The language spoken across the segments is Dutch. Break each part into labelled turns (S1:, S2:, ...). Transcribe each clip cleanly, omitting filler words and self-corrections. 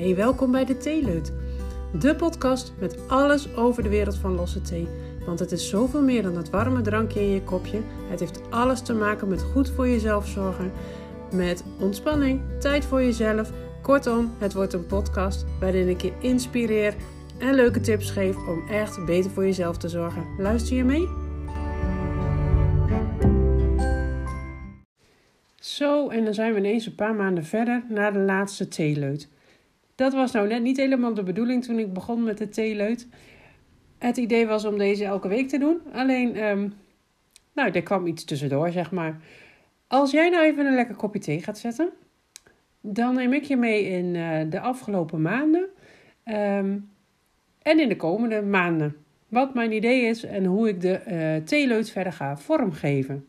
S1: Hey, welkom bij de Theeleut. De podcast met alles over de wereld van losse thee. Want het is zoveel meer dan het warme drankje in je kopje. Het heeft alles te maken met goed voor jezelf zorgen, met ontspanning, tijd voor jezelf. Kortom, het wordt een podcast waarin ik je inspireer en leuke tips geef om echt beter voor jezelf te zorgen. Luister je mee? Zo, en dan zijn we ineens een paar maanden verder naar de laatste Theeleut. Dat was nou net niet helemaal de bedoeling toen ik begon met de Theeleut. Het idee was om deze elke week te doen. Alleen, er kwam iets tussendoor, zeg maar. Als jij nou even een lekker kopje thee gaat zetten, dan neem ik je mee in de afgelopen maanden en in de komende maanden. Wat mijn idee is en hoe ik de Theeleut verder ga vormgeven.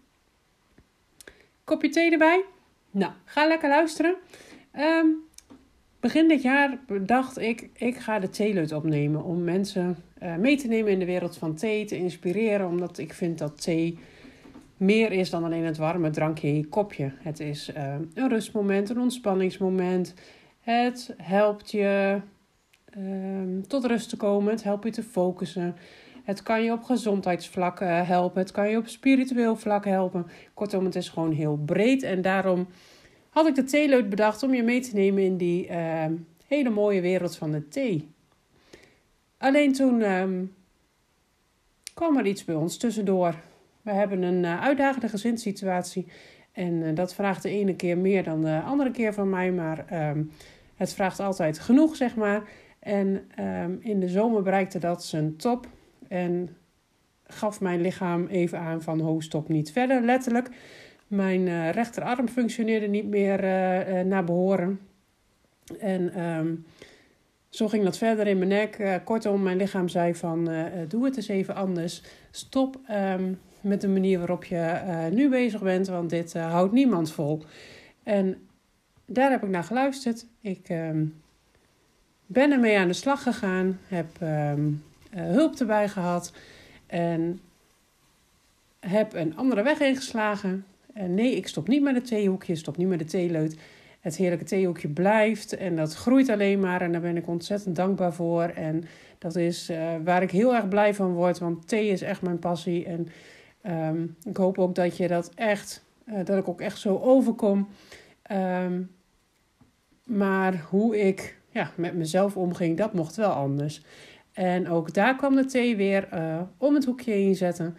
S1: Kopje thee erbij? Nou, ga lekker luisteren. Begin dit jaar dacht ik ga de Theeleut opnemen om mensen mee te nemen in de wereld van thee, te inspireren. Omdat ik vind dat thee meer is dan alleen het warme drankje in je kopje. Het is een rustmoment, een ontspanningsmoment. Het helpt je tot rust te komen, het helpt je te focussen. Het kan je op gezondheidsvlak helpen, het kan je op spiritueel vlak helpen. Kortom, het is gewoon heel breed en daarom had ik de Theeleut bedacht om je mee te nemen in die hele mooie wereld van de thee. Alleen toen kwam er iets bij ons tussendoor. We hebben een uitdagende gezinssituatie en dat vraagt de ene keer meer dan de andere keer van mij, maar het vraagt altijd genoeg, zeg maar. En in de zomer bereikte dat zijn top en gaf mijn lichaam even aan van stop niet verder, letterlijk. Mijn rechterarm functioneerde niet meer naar behoren. En zo ging dat verder in mijn nek. Kortom, mijn lichaam zei van doe het eens even anders. Stop met de manier waarop je nu bezig bent, want dit houdt niemand vol. En daar heb ik naar geluisterd. Ik ben ermee aan de slag gegaan. Heb hulp erbij gehad. En heb een andere weg ingeslagen. Nee, ik stop niet met het theehoekje, stop niet met de Theeleut. Het heerlijke theehoekje blijft en dat groeit alleen maar. En daar ben ik ontzettend dankbaar voor. En dat is waar ik heel erg blij van word, want thee is echt mijn passie. En ik hoop ook dat je dat ik ook echt zo overkom. Maar hoe ik met mezelf omging, dat mocht wel anders. En ook daar kwam de thee weer om het hoekje heen zetten.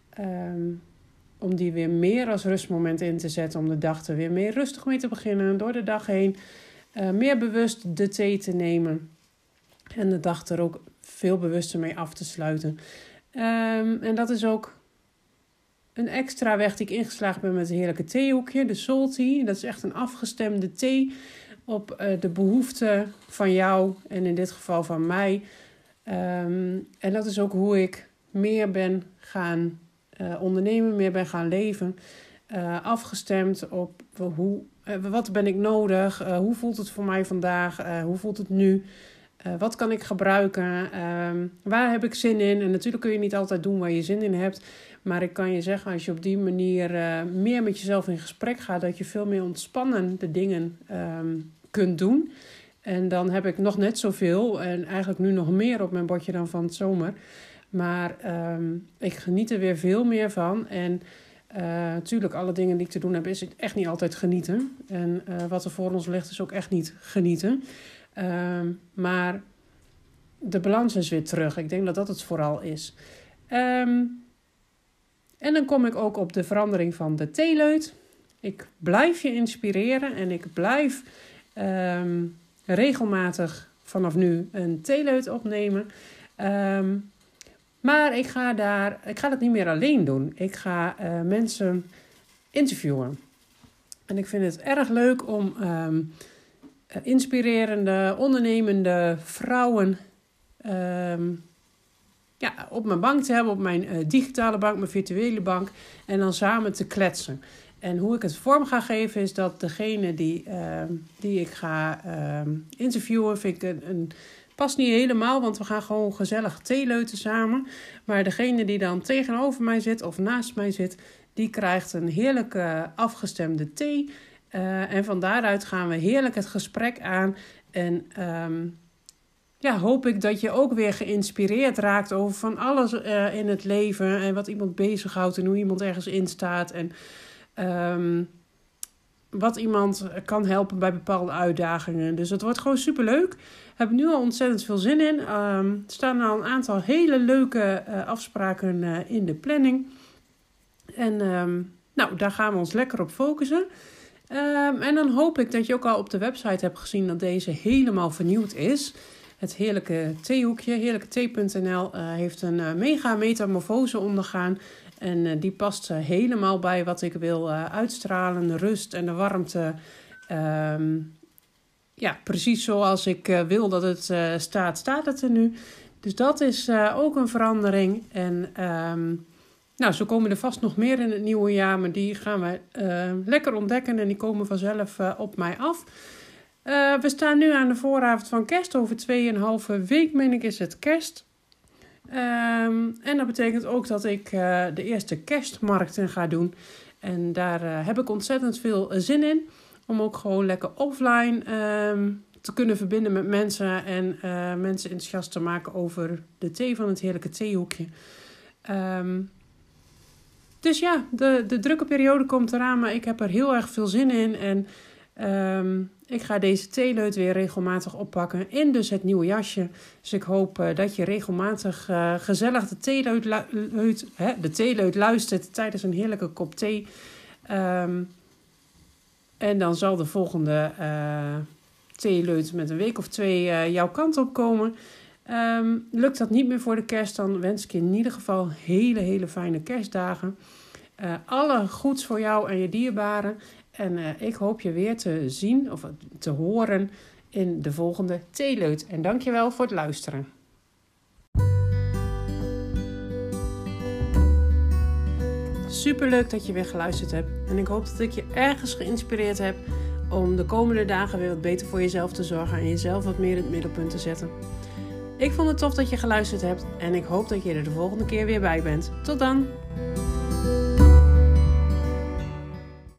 S1: Om die weer meer als rustmoment in te zetten. Om de dag er weer meer rustig mee te beginnen. Door de dag heen meer bewust de thee te nemen. En de dag er ook veel bewuster mee af te sluiten. En dat is ook een extra weg die ik ingeslagen ben met het heerlijke theehoekje. De Soul Tea. Dat is echt een afgestemde thee op de behoeften van jou. En in dit geval van mij. En dat is ook hoe ik meer ben gaan ondernemen, meer ben gaan leven. Afgestemd op wat ben ik nodig? Hoe voelt het voor mij vandaag? Hoe voelt het nu? Wat kan ik gebruiken? Waar heb ik zin in? En natuurlijk kun je niet altijd doen waar je zin in hebt. Maar ik kan je zeggen, als je op die manier meer met jezelf in gesprek gaat, dat je veel meer ontspannen de dingen kunt doen. En dan heb ik nog net zoveel en eigenlijk nu nog meer op mijn bordje dan van het zomer. Maar ik geniet er weer veel meer van. En natuurlijk, alle dingen die ik te doen heb, is het echt niet altijd genieten. En wat er voor ons ligt, is ook echt niet genieten. Maar de balans is weer terug. Ik denk dat dat het vooral is. En dan kom ik ook op de verandering van de Theeleut. Ik blijf je inspireren en ik blijf regelmatig vanaf nu een Theeleut opnemen. Maar ik ga dat niet meer alleen doen. Ik ga mensen interviewen. En ik vind het erg leuk om inspirerende, ondernemende vrouwen op mijn bank te hebben. Op mijn digitale bank, mijn virtuele bank. En dan samen te kletsen. En hoe ik het vorm ga geven is dat degene die ik ga interviewen, vind ik past niet helemaal, want we gaan gewoon gezellig theeleuten samen. Maar degene die dan tegenover mij zit of naast mij zit, die krijgt een heerlijke afgestemde thee. En van daaruit gaan we heerlijk het gesprek aan. En hoop ik dat je ook weer geïnspireerd raakt over van alles in het leven. En wat iemand bezighoudt en hoe iemand ergens in staat. En wat iemand kan helpen bij bepaalde uitdagingen. Dus het wordt gewoon superleuk. Ik heb nu al ontzettend veel zin in. Er staan al een aantal hele leuke afspraken in de planning. En daar gaan we ons lekker op focussen. En dan hoop ik dat je ook al op de website hebt gezien dat deze helemaal vernieuwd is. Het Heerlijke Theehoekje, heerlijkethee.nl, heeft een mega metamorfose ondergaan. En die past helemaal bij wat ik wil uitstralen, de rust en de warmte. Precies zoals ik wil dat het staat het er nu. Dus dat is ook een verandering. En zo komen er vast nog meer in het nieuwe jaar, maar die gaan we lekker ontdekken en die komen vanzelf op mij af. We staan nu aan de vooravond van kerst. Over 2,5 week, meen ik, is het kerst. En dat betekent ook dat ik de eerste kerstmarkten ga doen. En daar heb ik ontzettend veel zin in. Om ook gewoon lekker offline te kunnen verbinden met mensen. En mensen enthousiast te maken over de thee van het Heerlijke Theehoekje. Dus ja, de drukke periode komt eraan. Maar ik heb er heel erg veel zin in. En ik ga deze theeleut weer regelmatig oppakken in dus het nieuwe jasje. Dus ik hoop dat je regelmatig gezellig de theeleut luistert tijdens een heerlijke kop thee. En dan zal de volgende theeleut met een week of 2 jouw kant op komen. Lukt dat niet meer voor de kerst, dan wens ik je in ieder geval hele, hele fijne kerstdagen. Alle goeds voor jou en je dierbaren. En ik hoop je weer te zien of te horen in de volgende theeleut. En dankjewel voor het luisteren. Superleuk dat je weer geluisterd hebt. En ik hoop dat ik je ergens geïnspireerd heb om de komende dagen weer wat beter voor jezelf te zorgen en jezelf wat meer in het middelpunt te zetten. Ik vond het tof dat je geluisterd hebt en ik hoop dat je er de volgende keer weer bij bent. Tot dan!